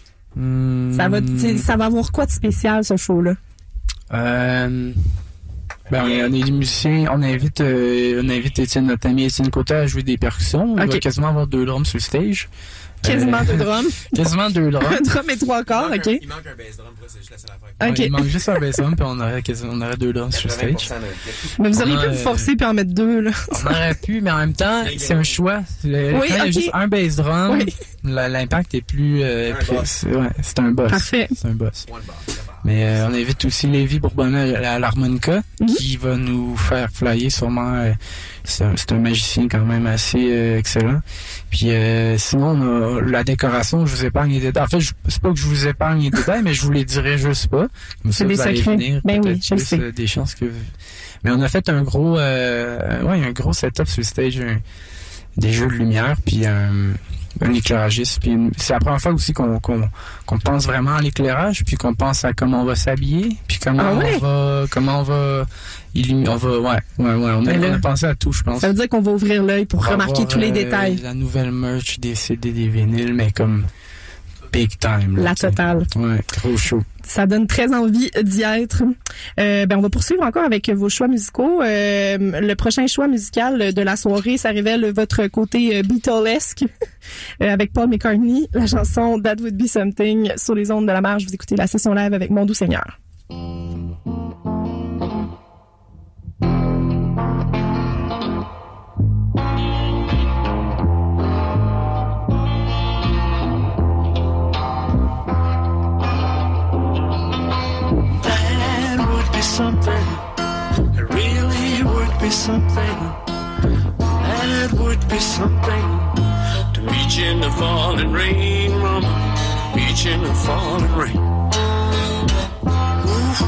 Mm. Ça va, ça va avoir quoi de spécial ce show-là? Euh, ben on est, on est des musiciens, on invite, euh, on invite Étienne, notre ami Étienne Côté à jouer des percussions. Okay. On va quasiment avoir deux drums sur le stage. Quasiment euh, deux drums. Quasiment deux drums. Un drum et trois corps, ok. Il manque un bass drum, c'est juste la seule affaire. Ok. Ouais, il manque juste un bass drum, puis on aurait, on aurait deux drums sur le stage. Mais vous auriez pu vous forcer puis en mettre deux, là. On aurait pu, mais en même temps, c'est un choix. Le, oui, quand okay. il y a juste un bass drum, oui. l'impact est plus, euh, plus c'est, ouais, c'est un boss. Parfait. C'est un boss. Mais euh, on invite aussi Lévi Bourbonnais à l'harmonica, mm-hmm. qui va nous faire flyer sûrement. Euh, c'est, un, c'est un magicien quand même assez euh, excellent. Puis euh, sinon, on a la décoration, je vous épargne les détails. En fait, je, c'est pas que je vous épargne les détails, mais je vous les dirai juste pas. Comme c'est ça, des vous allez secrets. venir. Ben oui, je le sais. Euh, des chances que. Mais on a fait un gros, euh, ouais, un gros setup sur le stage, un, des jeux de lumière, puis un. un éclairagiste, puis c'est la première fois aussi qu'on, qu'on, qu'on pense vraiment à l'éclairage, puis qu'on pense à comment on va s'habiller, puis comment ah ouais? on va, comment on va, illumi- on va, ouais, ouais, ouais, on a, on a pensé à tout, je pense. Ça veut dire qu'on va ouvrir l'œil pour remarquer avoir, tous les euh, détails. La nouvelle merch, des C D, des vinyles, mais comme big time. Là, la totale. Ouais, gros show. Ça donne très envie d'y être. Euh, ben on va poursuivre encore avec vos choix musicaux. Euh, le prochain choix musical de la soirée, ça révèle votre côté euh, Beatlesque avec Paul McCartney, la chanson That Would Be Something sur les ondes de la marge. Vous écoutez la session live avec Mon Doux Seigneur. Something, it really would be something. That would be something to meet you in the falling rain, mama. Meet you in the falling rain. Ooh,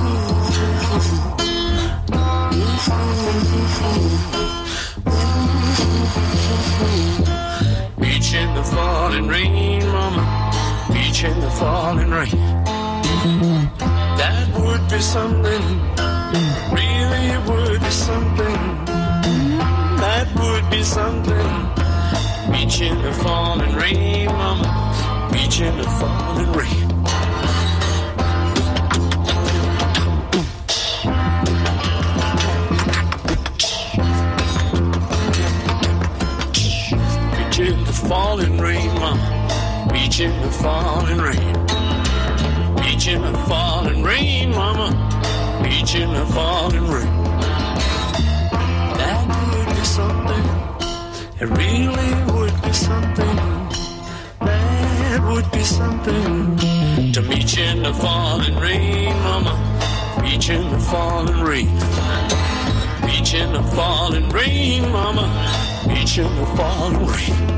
meet you in the falling rain, mama. Meet you in the falling rain. That would be something, really would be something. That would be something. Meet you in the falling rain, mama. Meet you in the falling rain. Meet you in the falling rain, mama. Meet you in the falling rain. Meet you in the falling rain, mama. Meet you in the falling rain. That would be something. It really would be something. That would be something. To meet you in the falling rain, mama. Meet you in the falling rain. Meet you in the falling rain, mama. Meet you in the falling rain.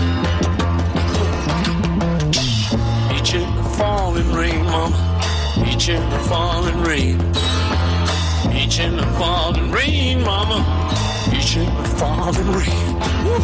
Falling rain, mama. Meet Each in the falling rain. Each in the falling rain, mama. Each in the falling rain. Woo.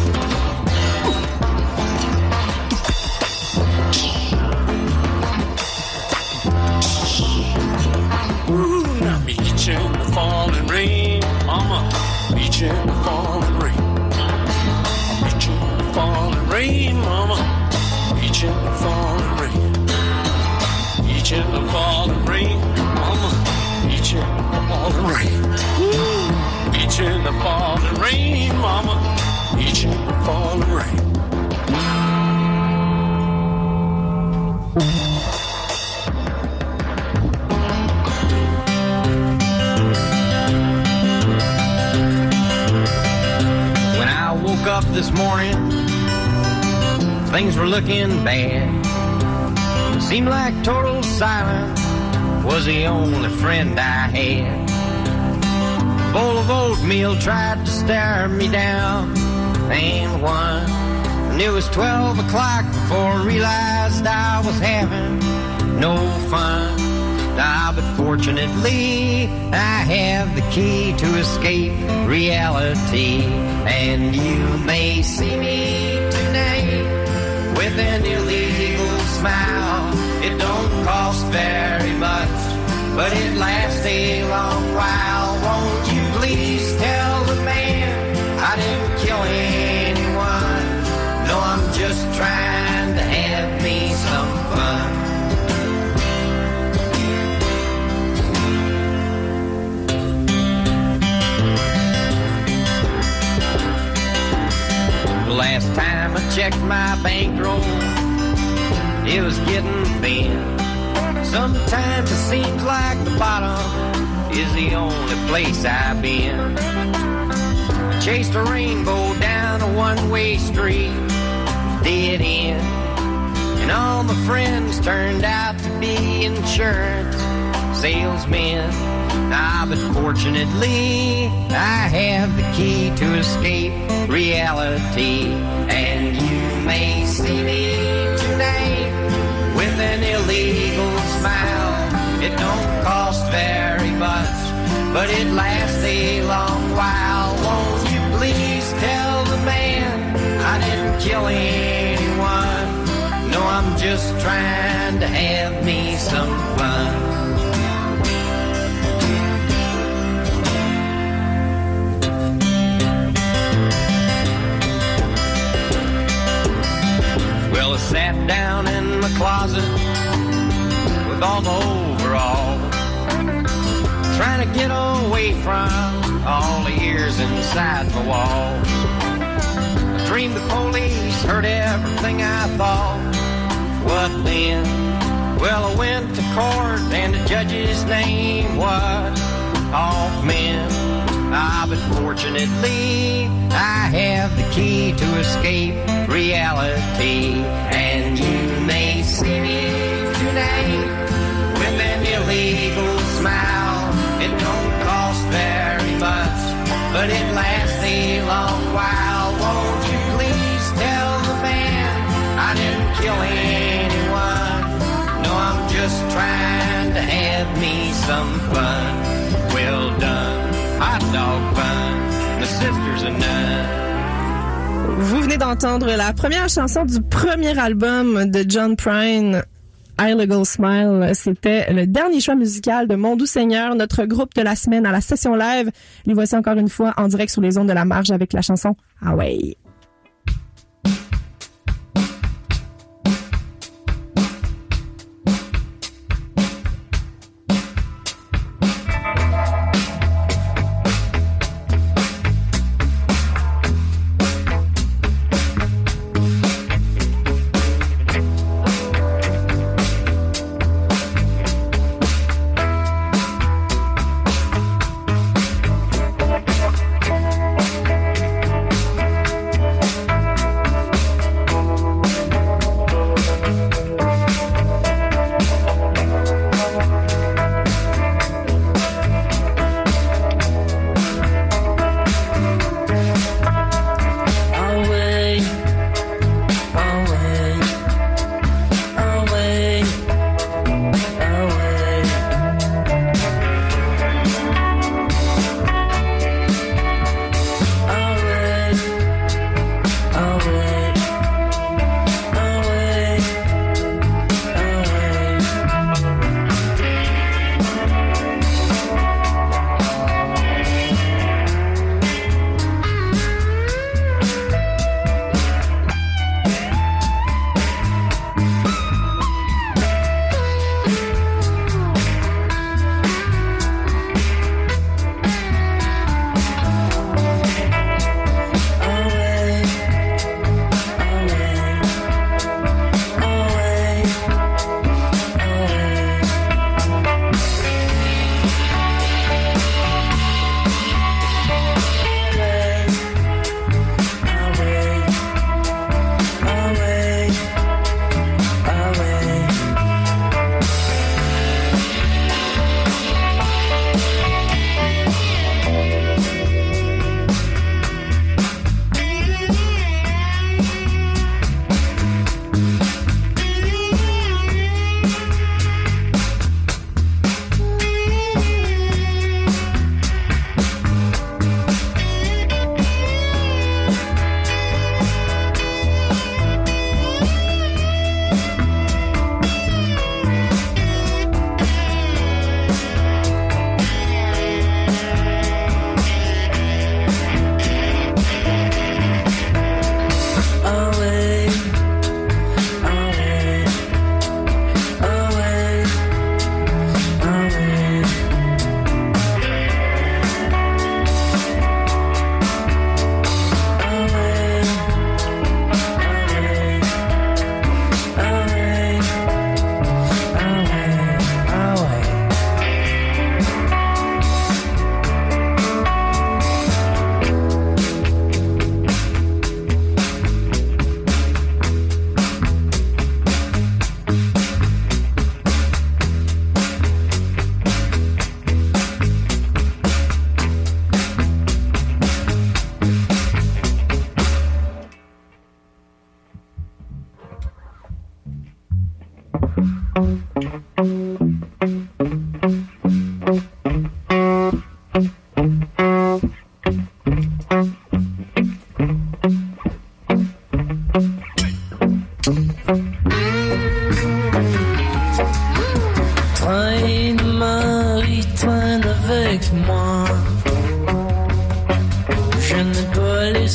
Ooh, now me each in the falling rain, mama. Each in the falling rain. Each in the falling rain, mama. Each in the falling rain. Each in the falling rain, mama. Each in the falling rain. Ooh. Each in the falling rain, mama. Each in the falling rain. When I woke up this morning, things were looking bad. Seemed like total silence was the only friend I had. A bowl of oatmeal tried to stare me down and won. And it was twelve o'clock before I realized I was having no fun. Ah, but fortunately I have the key to escape reality. And you may see me tonight with an illegal smile. It don't cost very much, but it lasts a long while. Won't you please tell the man I didn't kill anyone? No, I'm just trying to have me some fun. The last time I checked my bankroll, it was getting thin. Sometimes it seems like the bottom is the only place I've been. I chased a rainbow down a one-way street, dead end. And all my friends turned out to be insurance salesmen. Ah, but fortunately I have the key to escape reality. And you may see me tonight with an illegal smile. It don't cost very much, but it lasts a long while. Won't you please tell the man I didn't kill anyone? No, I'm just trying to have me some fun. Well, I sat down in my closet with all the overalls, trying to get away from all the years inside my wall. I dreamed the police heard everything I thought. What then? Well, I went to court and the judge's name was Hoffman. Ah, but fortunately I have the key to escape reality. And you may see me tonight with an illegal smile. It don't cost very much, but it lasts a long while. Won't you please tell the man I didn't kill anyone? No, I'm just trying to have me some fun. Well done, hot dog fun, my sister's a nun. Vous venez d'entendre la première chanson du premier album de John Prine, Illegal Smile. C'était le dernier choix musical de Mon Doux Seigneur, notre groupe de la semaine à la session live. Les voici encore une fois en direct sous les ondes de la marge avec la chanson Ah ouais.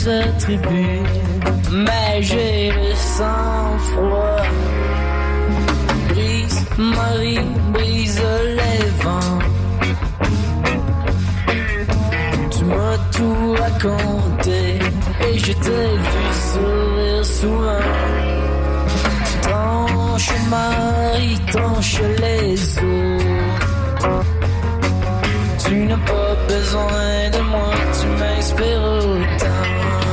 s'attribue, mais j'ai le sang-froid. Brise, Marie, brise les vents. Tu m'as tout raconté et je t'ai vu sourire souvent. Tranche, Marie, tranche les eaux. Tu n'as pas besoin de moi, tu m'inspires autant.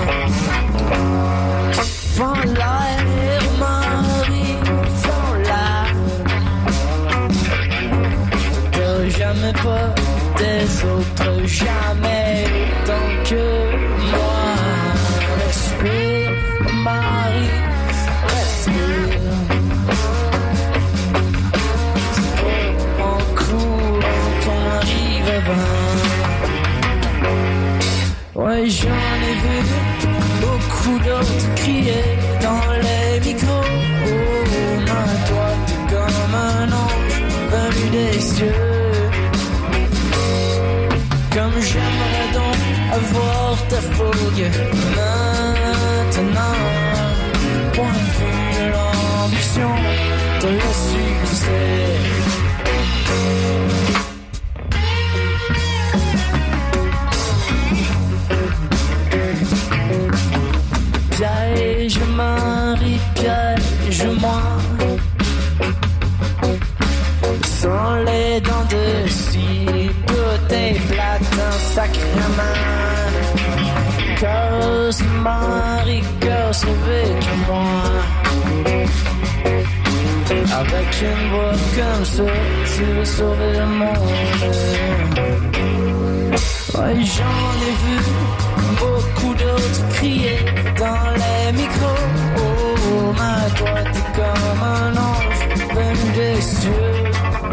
Vends l'air, Marie, vends l'air. T'as jamais pas des autres, jamais autant que moi. Respire, Marie, respire. C'est pas en courant qu'on arrive avant. Ouais, j'en ai vu beaucoup d'autres crier dans les micros. Oh, mais toi, t'es comme un ange venu des cieux. Comme j'aimerais donc avoir ta fougue maintenant. Point de vue de l'ambition, de le succès. Piège, Marie, piège-moi. Sans les dents de scie, tout est plate, sacrément. Cause, Marie, cause avec moi. Avec une voix comme ça, tu veux sauver le monde. Ouais, j'en ai vu beaucoup d'autres crier dans les micros. Oh, mais toi, t'es comme un ange venu des cieux.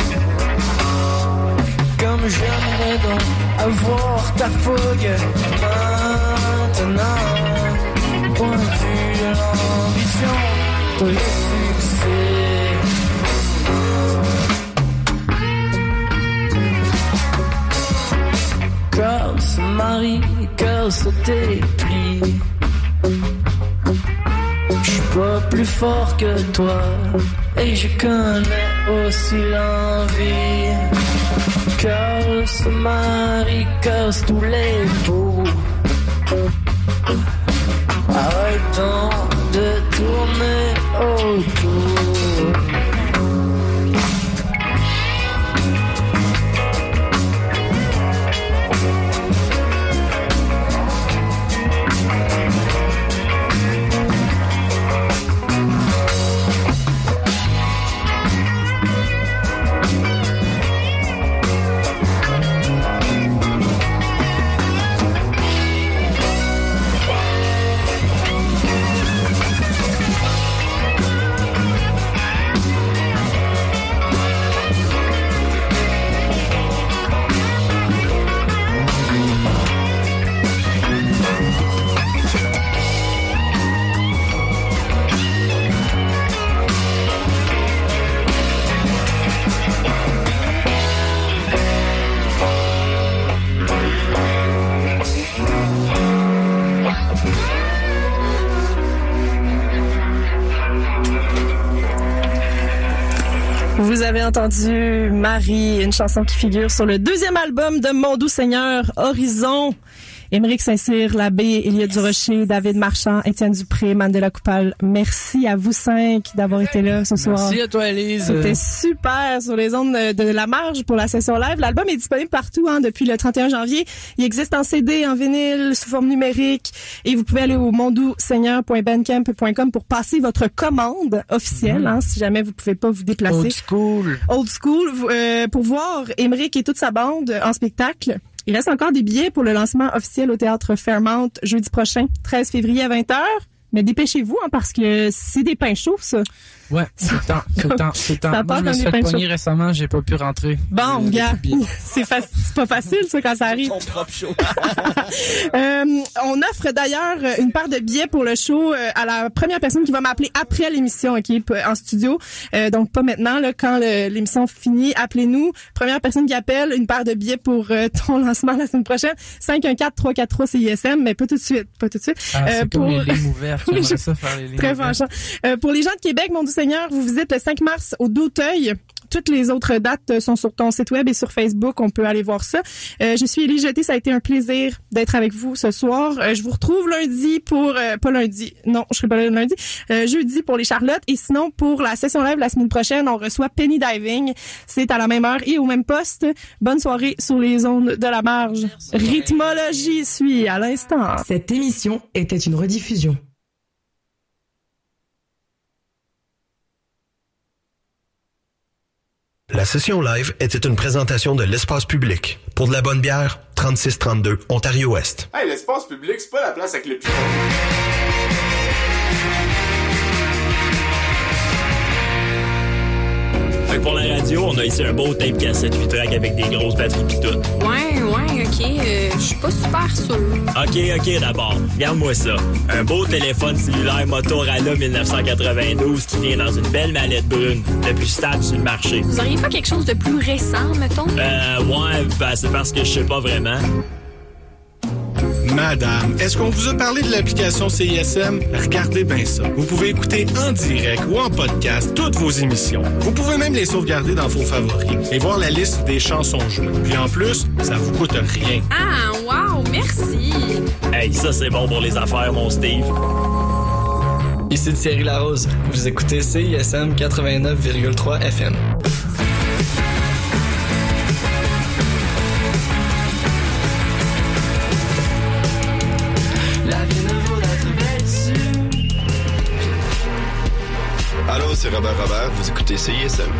Comme j'aimerais donc avoir ta fougue maintenant. Point de vue de l'ambition, de le succès. Cœur se marie, cœur se déplie. J'suis pas plus fort que toi, et je connais aussi l'envie. Cœur se marie, cœur tous les beaux. Arrêtons de tourner autour. Vous avez entendu Marie, une chanson qui figure sur le deuxième album de Mon Doux Seigneur, Horizon. Émeric Saint-Cyr, Labbé, Élia Durocher, David Marchand, Étienne Dupré, Mandela Coupal. Merci à vous cinq d'avoir été là ce soir. Merci à toi, Elise. C'était super sur les ondes de, de la marge pour la session live. L'album est disponible partout hein, depuis le trente et un janvier. Il existe en C D, en vinyle, sous forme numérique. Et vous pouvez aller au mon doux seigneur point bandcamp point com pour passer votre commande officielle, mmh. hein, si jamais vous pouvez pas vous déplacer. Old school. Old school. Euh, pour voir Émeric et toute sa bande en spectacle. Il reste encore des billets pour le lancement officiel au Théâtre Fairmount jeudi prochain, treize février à vingt heures. Mais dépêchez-vous, hein, parce que c'est des pains chauds, ça. Ouais, c'est le temps, c'est le temps, c'est le temps. Ça Moi, part je me comme suis des fait pains pogner chauds. récemment, j'ai pas pu rentrer. Bon, Euh, gars, avec le billet. c'est, faci- c'est pas facile, ça, quand ça arrive. Ton propre show. Euh, on offre d'ailleurs une paire de billets pour le show euh, à la première personne qui va m'appeler après l'émission, ok, p- en studio. Euh, donc pas maintenant, là, quand le- l'émission finit, appelez-nous. Première personne qui appelle, une paire de billets pour euh, ton lancement la semaine prochaine. cinq un quatre trois quatre trois C I S M, mais pas tout de suite, pas tout de suite. Ah, c'est Euh, comme pour- les lignes ouvertes. Les J'aimerais gens- ça faire les lignes Très ouvertes. franchement. Euh, pour les gens de Québec, mon doux Seigneur, vous visitez le cinq mars au d'Auteuil. Toutes les autres dates sont sur ton site web et sur Facebook. On peut aller voir ça. Euh, je suis Élie Jeté. Ça a été un plaisir d'être avec vous ce soir. Euh, je vous retrouve lundi pour... Euh, pas lundi. Non, je serai pas là lundi. Euh, jeudi pour les Charlottes. Et sinon, pour la session live la semaine prochaine, on reçoit Penny Diving. C'est à la même heure et au même poste. Bonne soirée sur les ondes de la marge. Rythmologie suit à l'instant. Cette émission était une rediffusion. La session live était une présentation de l'espace public. Pour de la bonne bière, trente-six trente-deux, Ontario-Ouest. Hey, l'espace public, c'est pas la place avec le plus. Fait que pour la radio, on a ici un beau tape cassette huit tracks avec des grosses batteries pis tout. Ouais, ouais, ok. Euh, je suis pas super sûre. Ok, ok, d'abord, regarde-moi ça. Un beau téléphone cellulaire Motorola dix-neuf cent quatre-vingt-douze qui vient dans une belle mallette brune, le plus stable sur le marché. Vous auriez pas quelque chose de plus récent, mettons? Euh, ouais, ben, c'est parce que je sais pas vraiment. Madame, est-ce qu'on vous a parlé de l'application C I S M? Regardez bien ça. Vous pouvez écouter en direct ou en podcast toutes vos émissions. Vous pouvez même les sauvegarder dans vos favoris et voir la liste des chansons jouées. Puis en plus, ça vous coûte rien. Ah, wow, merci. Hey, ça c'est bon pour les affaires, mon Steve. Ici Thierry Larose. Vous écoutez C I S M quatre-vingt-neuf virgule trois F M. Allô, c'est Robert Robert, vous écoutez C I S M.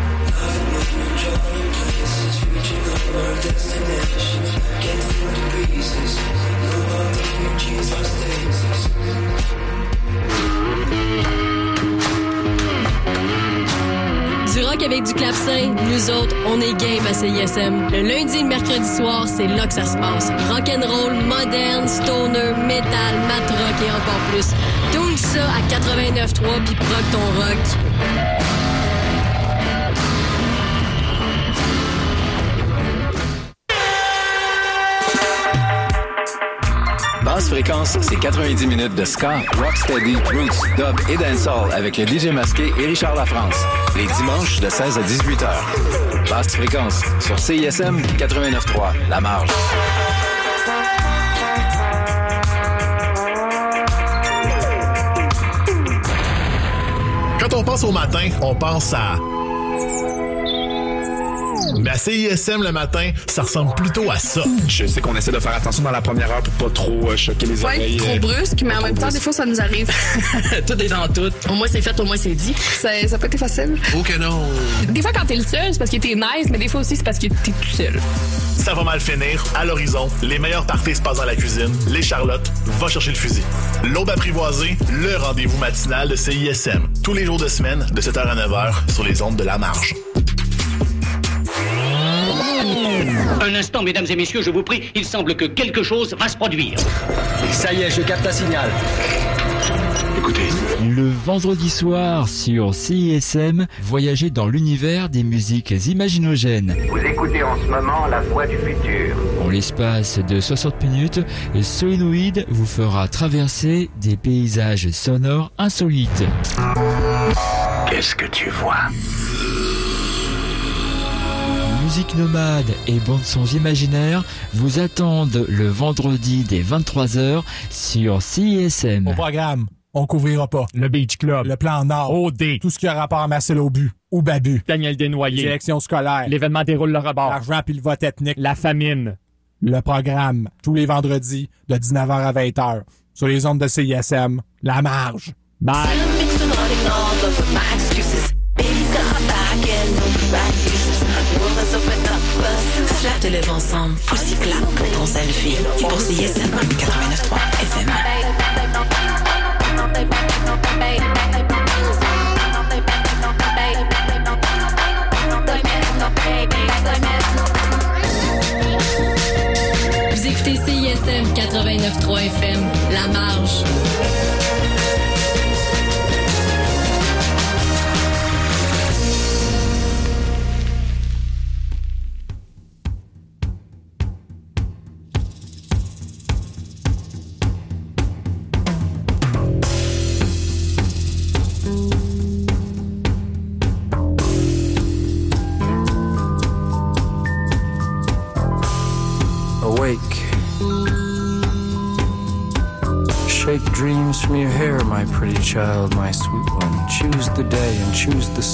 Du rock avec du clavecin, nous autres, on est game à C I S M. Le lundi et le mercredi soir, c'est là que ça se passe. Rock'n'roll, moderne, stoner, metal, mat rock et encore plus. Tout ça à quatre-vingt-neuf trois puis proc ton rock. Basse fréquence, c'est quatre-vingt-dix minutes de ska, rocksteady, roots, dub et dancehall avec le D J masqué et Richard Lafrance. Les dimanches de seize à dix-huit heures. Basse fréquence sur C I S M quatre-vingt-neuf trois, La Marge. Quand on pense au matin, on pense à... Mais à C I S M le matin, ça ressemble plutôt à ça. Je sais qu'on essaie de faire attention dans la première heure pour pas trop euh, choquer les Ouais, oreilles. trop brusque, mais en même temps, des fois, ça nous arrive. Tout est dans tout. Au moins, c'est fait, au moins, c'est dit. Ça, ça a pas été facile. Oh que non! Des fois, quand t'es le seul, c'est parce que t'es nice, mais des fois aussi, c'est parce que t'es tout seul. Ça va mal finir. À l'horizon, les meilleurs parties se passent dans la cuisine. Les Charlottes, va chercher le fusil. L'aube apprivoisée, le rendez-vous matinal de C I S M. Tous les jours de semaine, de sept heures à neuf heures, sur les ondes de La Marge. Un instant, mesdames et messieurs, je vous prie, il semble que quelque chose va se produire. Ça y est, je capte un signal. Écoutez. Le vendredi soir sur C I S M, voyagez dans l'univers des musiques imaginogènes. Vous écoutez en ce moment la voix du futur. En l'espace de soixante minutes, Solenoid vous fera traverser des paysages sonores insolites. Qu'est-ce que tu vois? Musique nomade et bandes-sons imaginaires vous attendent le vendredi dès vingt-trois heures sur C I S M. Au programme, on couvrira pas le Beach Club, le plan Nord, O D, tout ce qui a rapport à Marcel Aubu ou Babu, Daniel Desnoyers, les élections scolaires, l'événement déroule le rebord, l'argent puis le vote ethnique, la famine. Le programme, tous les vendredis de dix-neuf heures à vingt heures sur les ondes de C I S M, La Marge. Bye! Clap te lève ensemble, aussi clap pour ton selfie. Et pour C I S M quatre-vingt-neuf trois F M. awake. Shake dreams from your hair, my pretty child, my sweet one. Choose the day and choose the